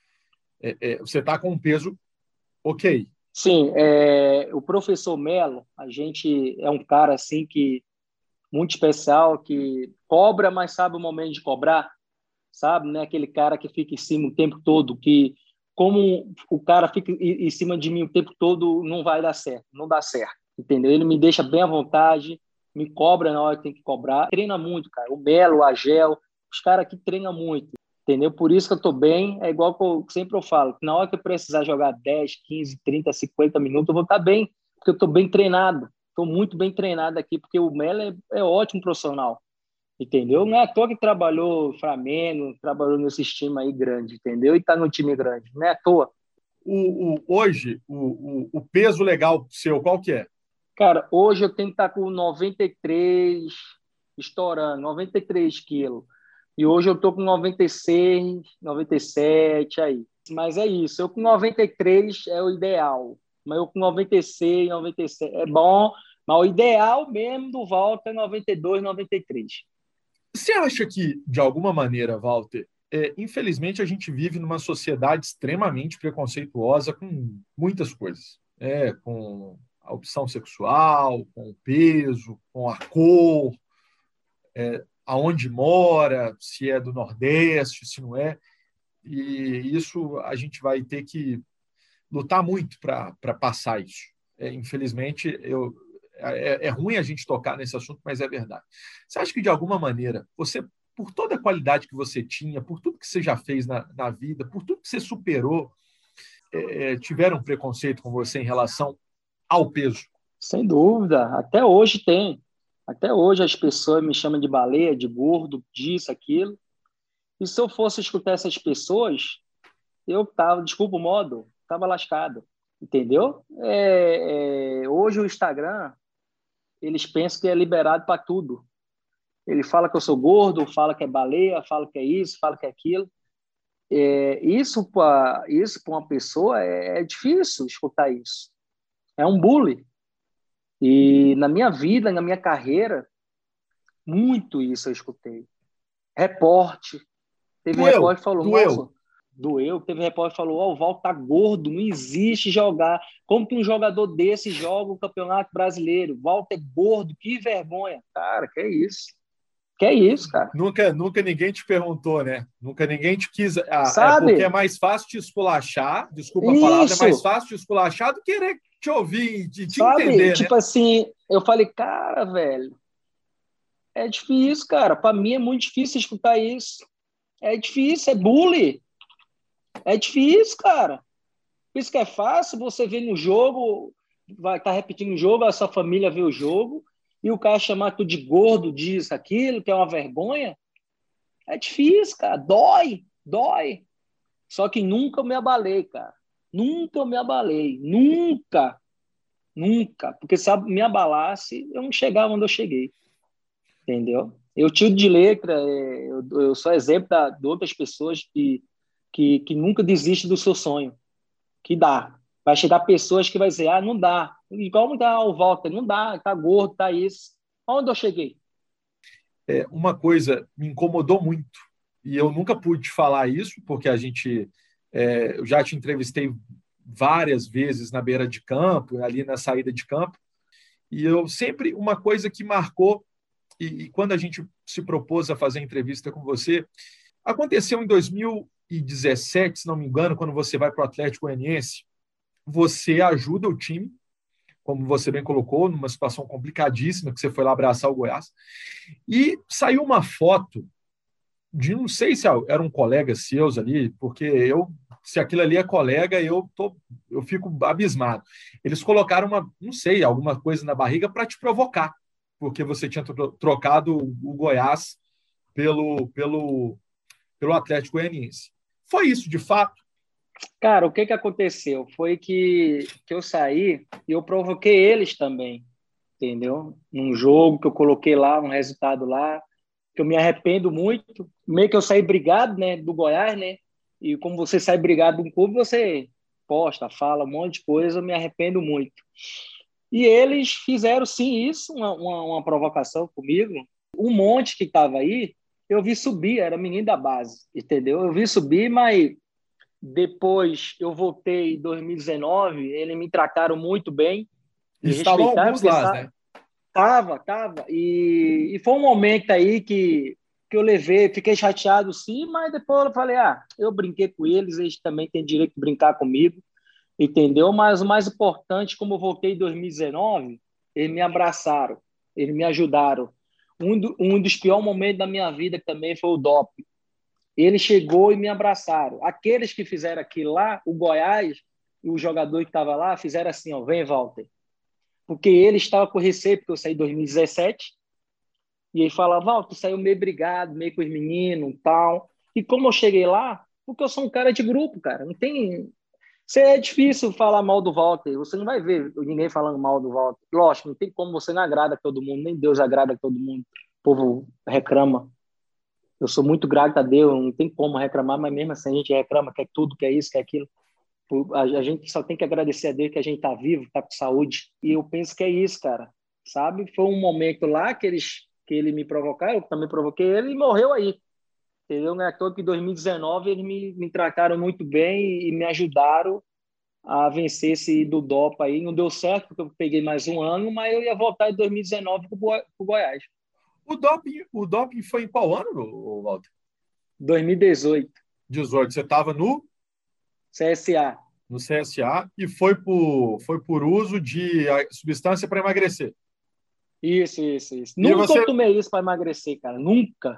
é, é, você está com um peso ok. Sim, é, o professor Melo, a gente é um cara assim que muito especial, que cobra, mas sabe o momento de cobrar, sabe? Não é aquele cara que fica em cima o tempo todo, que como o cara fica em cima de mim o tempo todo, não vai dar certo, não dá certo, entendeu? Ele me deixa bem à vontade, me cobra na hora que tem que cobrar, treina muito, cara. O Melo, o Agel, os caras aqui treinam muito, entendeu? Por isso que eu tô bem, é igual que eu sempre eu falo, na hora que eu precisar jogar dez, quinze, trinta, cinquenta minutos, eu vou estar bem, porque eu tô bem treinado. Estou muito bem treinado aqui, porque o Melo é, é ótimo profissional, entendeu? Não é à toa que trabalhou no Flamengo, trabalhou nesse time aí grande, entendeu? E está no time grande, não é à toa. O, o, hoje, o, o, o peso legal seu, qual que é? Cara, hoje eu tenho que estar com noventa e três, estourando, noventa e três quilos. E hoje eu estou com noventa e seis, noventa e sete aí. Mas é isso, eu com noventa e três é o ideal. Mas eu com noventa e seis, noventa e sete é bom, mas o ideal mesmo do Walter é noventa e dois, noventa e três. Você acha que, de alguma maneira, Walter, é, infelizmente a gente vive numa sociedade extremamente preconceituosa com muitas coisas, é, com a opção sexual, com o peso, com a cor, é, aonde mora, se é do Nordeste, se não é, e isso a gente vai ter que lutar muito para passar isso. É, infelizmente, eu, é, é ruim a gente tocar nesse assunto, mas é verdade. Você acha que, de alguma maneira, você, por toda a qualidade que você tinha, por tudo que você já fez na, na vida, por tudo que você superou, é, tiveram preconceito com você em relação ao peso? Sem dúvida. Até hoje tem. Até hoje as pessoas me chamam de baleia, de gordo, disso, aquilo. E se eu fosse escutar essas pessoas, eu tava, desculpa o modo, tava lascado, entendeu? É, é, hoje o Instagram, eles pensam que é liberado para tudo. Ele fala que eu sou gordo, fala que é baleia, fala que é isso, fala que é aquilo. É, isso para isso para uma pessoa é, é difícil escutar isso. É um bullying. E na minha vida, na minha carreira, muito isso eu escutei. Reporte. Teve Doeu, repórter que falou, doeu. nossa, doeu. Teve repórter que falou, ó, oh, o Walter tá gordo, não existe jogar. Como que um jogador desse joga o Campeonato Brasileiro? Walter é gordo, que vergonha. Cara, que é isso? Que é isso, cara? Nunca, nunca ninguém te perguntou, né? Nunca ninguém te quis... Ah, sabe? É porque é mais fácil te esculachar, desculpa a palavra, é mais fácil te esculachar do que querer te ouvir, de te sabe? entender, tipo né? assim, eu falei, cara, velho, é difícil, cara. Para mim é muito difícil escutar isso. É difícil, é bullying. É difícil, cara. Isso que é fácil, você vê no jogo, vai estar tá repetindo o jogo, a sua família vê o jogo, e o cara chamar tu de gordo, disso, aquilo, que é uma vergonha. É difícil, cara. Dói, dói. Só que nunca me abalei, cara. Nunca me abalei. Nunca. Nunca. Porque se me abalasse, eu não chegava onde eu cheguei. Entendeu? Eu tiro de letra, eu, eu sou exemplo da, de outras pessoas que, que, que nunca desistem do seu sonho. Que dá. Vai chegar pessoas que vai dizer, ah, não dá. Igual não dá o Walter, não dá, tá gordo, tá isso. Onde eu cheguei? É, uma coisa me incomodou muito, e eu nunca pude falar isso, porque a gente, é, eu já te entrevistei várias vezes na beira de campo, ali na saída de campo, e eu sempre, uma coisa que marcou, e, e quando a gente se propôs a fazer a entrevista com você, aconteceu em dois mil e dezessete, se não me engano, quando você vai para o Atlético Goianiense, você ajuda o time, como você bem colocou, numa situação complicadíssima, que você foi lá abraçar o Goiás, e saiu uma foto de, não sei se eram colegas seus ali, porque eu, se aquilo ali é colega, eu, tô, eu fico abismado. Eles colocaram uma, não sei, alguma coisa na barriga para te provocar, porque você tinha trocado o Goiás pelo, pelo, pelo Atlético Goianiense. Foi isso, de fato? Cara, o que que aconteceu? Foi que, que eu saí e eu provoquei eles também, entendeu? Num jogo que eu coloquei lá, um resultado lá, que eu me arrependo muito. Meio que eu saí brigado, né, do Goiás, né? E como você sai brigado de um clube, você posta, fala um monte de coisa, eu me arrependo muito. E eles fizeram, sim, isso, uma, uma, uma provocação comigo. Um monte que estava aí, eu vi subir, era menino da base, entendeu? Eu vi subir, mas depois eu voltei em dois mil e dezenove, eles me trataram muito bem. Instalou alguns lá, né? Tava, tava. E, e foi um momento aí que, que eu levei, fiquei chateado sim, mas depois eu falei, ah, eu brinquei com eles, eles também têm direito de brincar comigo, entendeu? Mas o mais importante, como eu voltei em dois mil e dezenove, eles me abraçaram, eles me ajudaram. Um, do, um dos piores momentos da minha vida também foi o doping. Ele chegou e me abraçaram. Aqueles que fizeram aquilo lá, o Goiás e o jogador que estava lá, fizeram assim, ó, vem, Walter. Porque ele estava com receio, porque eu saí em dois mil e dezessete, e ele falava, Walter, saiu meio brigado, meio com os meninos e tal. E como eu cheguei lá, porque eu sou um cara de grupo, cara, não tem... É difícil falar mal do Walter, você não vai ver ninguém falando mal do Walter. Lógico, não tem como, você não agrada todo mundo, nem Deus agrada todo mundo, o povo reclama. Eu sou muito grato a Deus, não tem como reclamar, mas mesmo assim a gente reclama, quer tudo, quer isso, quer aquilo. A gente só tem que agradecer a Deus que a gente está vivo, está com saúde. E eu penso que é isso, cara. Sabe? Foi um momento lá que, eles, que ele me provocaram, eu também provoquei ele e morreu aí. Entendeu? Não é à toa que em dois mil e dezenove eles me, me trataram muito bem e me ajudaram a vencer esse do Dopa aí. Não deu certo, porque eu peguei mais um ano, mas eu ia voltar em dois mil e dezenove para o Goiás. O doping, o doping foi em qual ano, Walter? dois mil e dezoito. dezoito. Você estava no? C S A. No C S A e foi por, foi por uso de substância para emagrecer. Isso, isso, isso. E Nunca você... eu tomei isso para emagrecer, cara. Nunca.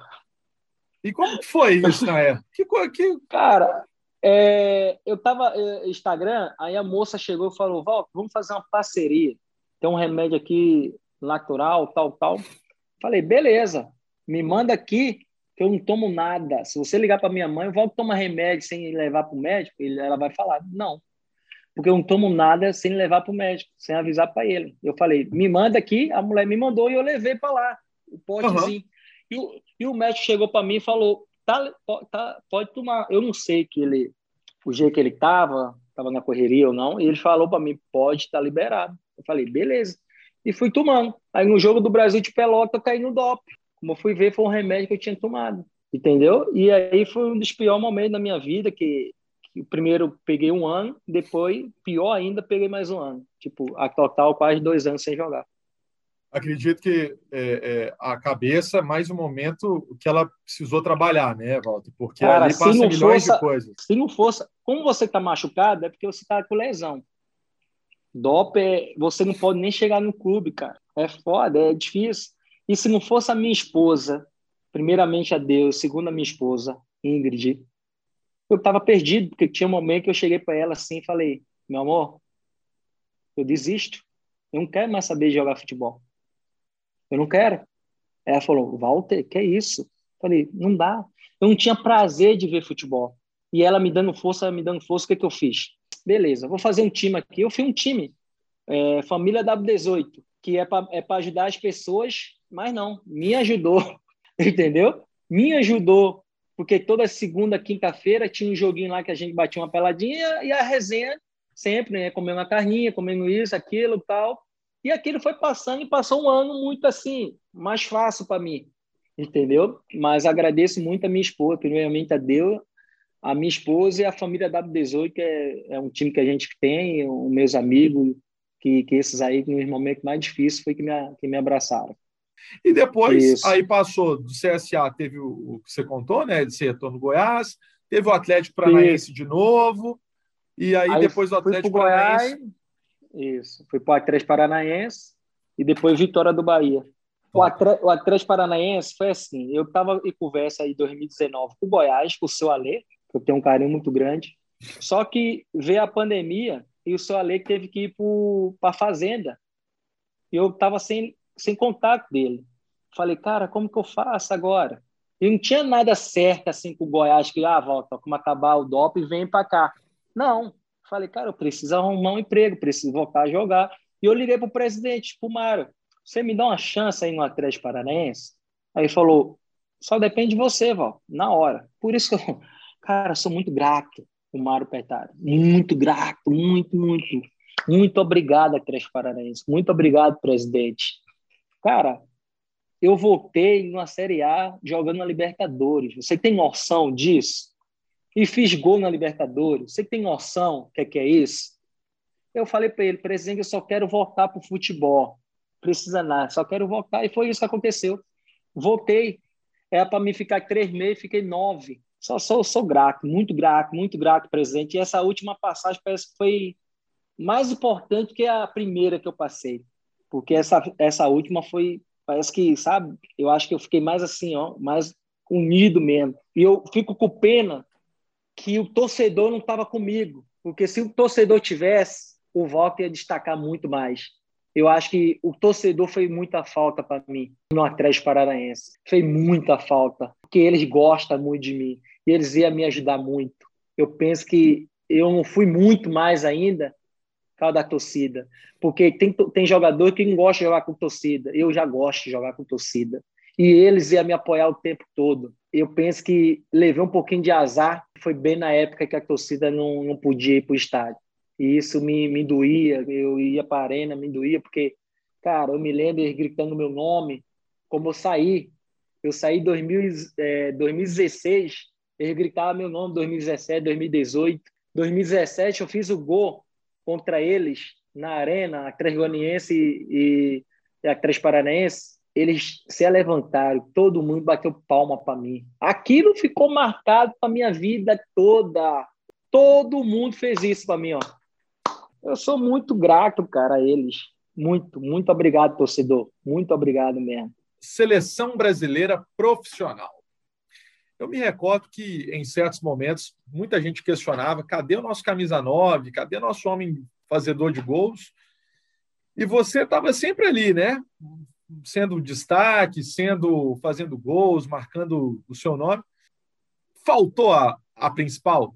E como que foi isso, né? Que, que... Cara, é, eu tava no Instagram, aí a moça chegou e falou, Val, vamos fazer uma parceria. Tem um remédio aqui natural, tal, tal. Falei, beleza, me manda aqui que eu não tomo nada. Se você ligar para minha mãe, eu vou tomar remédio sem levar para o médico, ela vai falar, não, porque eu não tomo nada sem levar para o médico, sem avisar para ele. Eu falei, me manda aqui, a mulher me mandou e eu levei para lá, o potezinho. Uhum. E, o, e o médico chegou para mim e falou, tá, tá, pode tomar. Eu não sei que ele, o jeito que ele estava, estava na correria ou não, e ele falou para mim, pode estar tá liberado. Eu falei, beleza. E fui tomando. Aí no jogo do Brasil de Pelota eu caí no doping. Como eu fui ver, foi um remédio que eu tinha tomado, entendeu? E aí foi um dos piores momentos da minha vida, que, que primeiro peguei um ano, depois, pior ainda, peguei mais um ano. Tipo, a total quase dois anos sem jogar. Acredito que é, é, a cabeça, mais um momento que ela precisou trabalhar, né, Walter? Porque cara, ali passa milhões fosse, de coisas. Se não fosse... Como você está machucado, é porque você está com lesão. Doping, você não pode nem chegar no clube, cara. É foda, é difícil. E se não fosse a minha esposa, primeiramente a Deus, segundo a minha esposa, Ingrid, eu estava perdido, porque tinha um momento que eu cheguei para ela assim e falei, meu amor, eu desisto. Eu não quero mais saber de jogar futebol. Eu não quero. Ela falou, Walter, que é isso? Eu falei, não dá. Eu não tinha prazer de ver futebol. E ela me dando força, me dando força, o que, que eu fiz? Beleza, vou fazer um time aqui. Eu fiz um time, é, Família W dezoito, que é para é ajudar as pessoas, mas não, me ajudou, entendeu? Me ajudou, porque toda segunda, quinta-feira tinha um joguinho lá que a gente batia uma peladinha e a resenha sempre, né? Comendo uma carninha, comendo isso, aquilo e tal. E aquilo foi passando e passou um ano muito assim, mais fácil para mim, entendeu? Mas agradeço muito a minha esposa, primeiramente a Deus, a minha esposa e a família W dezoito, que é, é um time que a gente tem, os meus amigos, que, que esses aí, nos momentos mais difíceis, foi que me, que me abraçaram. E depois, Isso. aí passou do C S A, teve o, o que você contou, né? De ser retorno no Goiás, teve o Atlético Paranaense Isso. de novo, e aí, aí depois do Atlético Paranaense... Goiás, isso, fui para o Atlético Paranaense e depois Vitória do Bahia. O, Atre, o Atlético Paranaense foi assim, eu estava em conversa aí em dois mil e dezenove com o Goiás, com o seu Alê, que eu tenho um carinho muito grande, só que veio a pandemia e o seu Alê teve que ir para a Fazenda. E eu estava sem, sem contato dele. Falei, cara, como que eu faço agora? E não tinha nada certo assim com o Goiás, que, ah, volta, como acabar o doping, vem para cá. Não. Falei, cara, eu preciso arrumar um emprego, preciso voltar a jogar. E eu liguei para o presidente, para o Mário, você me dá uma chance aí no Atlético Paranaense? Aí ele falou, só depende de você, Val, na hora. Por isso que eu, cara, sou muito grato o Mário Pertari. Muito grato, muito, muito. Muito obrigado, Atlético Paranaense. Muito obrigado, presidente. Cara, eu voltei numa Série A jogando na Libertadores. Você tem noção disso? E fiz gol na Libertadores. Você tem noção do que é, que é isso? Eu falei para ele, presidente, eu só quero voltar para o futebol. Precisa nada, só quero voltar. E foi isso que aconteceu. Voltei. Era para mim ficar três meses, fiquei nove. Só sou, sou grato, muito grato, muito grato, presidente. E essa última passagem parece que foi mais importante que a primeira que eu passei. Porque essa, essa última foi, parece que, sabe, eu acho que eu fiquei mais assim, ó, mais unido mesmo. E eu fico com pena que o torcedor não estava comigo. Porque se o torcedor tivesse, o Walter ia destacar muito mais. Eu acho que o torcedor fez muita falta para mim no Atlético Paranaense. Fez muita falta, porque eles gostam muito de mim e eles iam me ajudar muito. Eu penso que eu não fui muito mais ainda por causa da torcida, porque tem, tem jogador que não gosta de jogar com torcida. Eu já gosto de jogar com torcida. E eles iam me apoiar o tempo todo. Eu penso que levei um pouquinho de azar. Foi bem na época que a torcida não, não podia ir para o estádio. E isso me, me doía, eu ia para a arena, me doía, porque, cara, eu me lembro eles gritando meu nome, como eu saí. Eu saí em dois mil, é, dois mil e dezesseis, eles gritavam meu nome, dois mil e dezessete, dois mil e dezoito. dois mil e dezessete eu fiz o gol contra eles na arena, Atlético Goianiense e, e Atlético Paranaense. Eles se levantaram, todo mundo bateu palma para mim. Aquilo ficou marcado para minha vida toda. Todo mundo fez isso para mim, ó. Eu sou muito grato, cara, a eles. Muito, muito obrigado, torcedor. Muito obrigado mesmo. Seleção brasileira profissional. Eu me recordo que, em certos momentos, muita gente questionava, cadê o nosso camisa nove? Cadê o nosso homem fazedor de gols? E você estava sempre ali, né? Sendo destaque, sendo, fazendo gols, marcando o seu nome. Faltou a, a principal?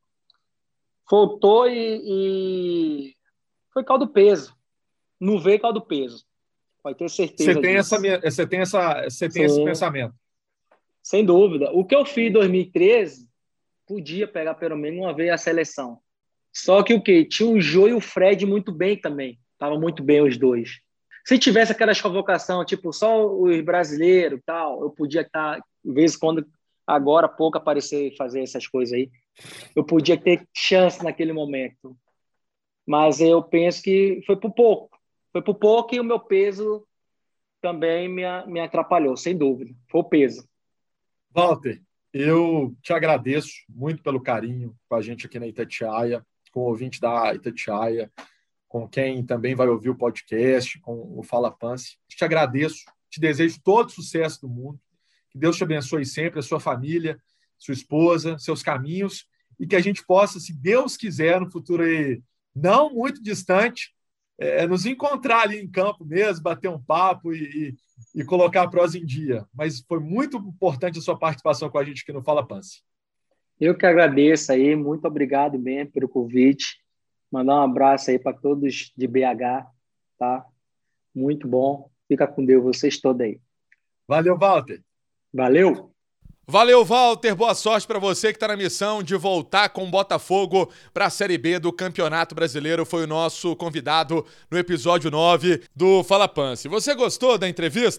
Faltou e, e foi caldo peso. Não veio caldo peso. Pode ter certeza você tem disso. Essa, você tem, essa, você tem esse pensamento. Sem dúvida. O que eu fiz em dois mil e treze, podia pegar pelo menos uma vez a seleção. Só que o quê? Tinha o Jô e o Fred muito bem também. Estavam muito bem os dois. Se tivesse aquelas convocações, tipo, só os brasileiros e tal, eu podia estar, de vez em quando, agora, pouco, aparecer e fazer essas coisas aí. Eu podia ter chance naquele momento. Mas eu penso que foi por pouco. Foi por pouco e o meu peso também me, me atrapalhou, sem dúvida. Foi o peso. Walter, eu te agradeço muito pelo carinho com a gente aqui na Itatiaia, com o ouvinte da Itatiaia, com quem também vai ouvir o podcast, com o Fala Pance. Te agradeço, te desejo todo o sucesso do mundo. Que Deus te abençoe sempre, a sua família, sua esposa, seus caminhos, e que a gente possa, se Deus quiser, no futuro aí, não muito distante, é, nos encontrar ali em campo mesmo, bater um papo e, e, e colocar a prosa em dia. Mas foi muito importante a sua participação com a gente aqui no Fala Pance. Eu que agradeço aí, muito obrigado mesmo pelo convite. Mandar um abraço aí para todos de B H, tá? Muito bom. Fica com Deus, vocês todos aí. Valeu, Walter. Valeu. Valeu, Walter. Boa sorte para você que está na missão de voltar com o Botafogo para a Série B do Campeonato Brasileiro. Foi o nosso convidado no episódio nove do Fala Pance. Você gostou da entrevista?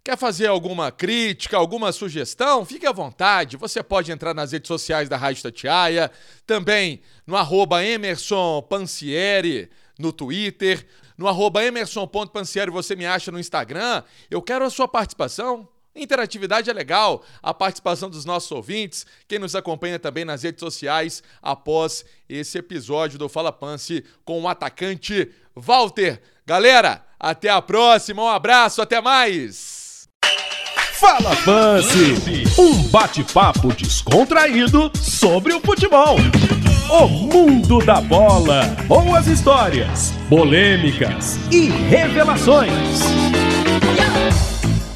Quer fazer alguma crítica, alguma sugestão? Fique à vontade. Você pode entrar nas redes sociais da Rádio Itatiaia, também no arroba Emerson Pansieri no Twitter, no arroba emerson ponto pansieri você me acha no Instagram. Eu quero a sua participação. Interatividade é legal, a participação dos nossos ouvintes, quem nos acompanha também nas redes sociais após esse episódio do Fala Pance com o atacante Walter. Galera, até a próxima, um abraço, até mais! Fala Pance, um bate-papo descontraído sobre o futebol. O mundo da bola, boas histórias, polêmicas e revelações.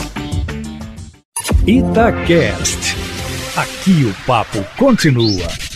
Itacast. Aqui o papo continua.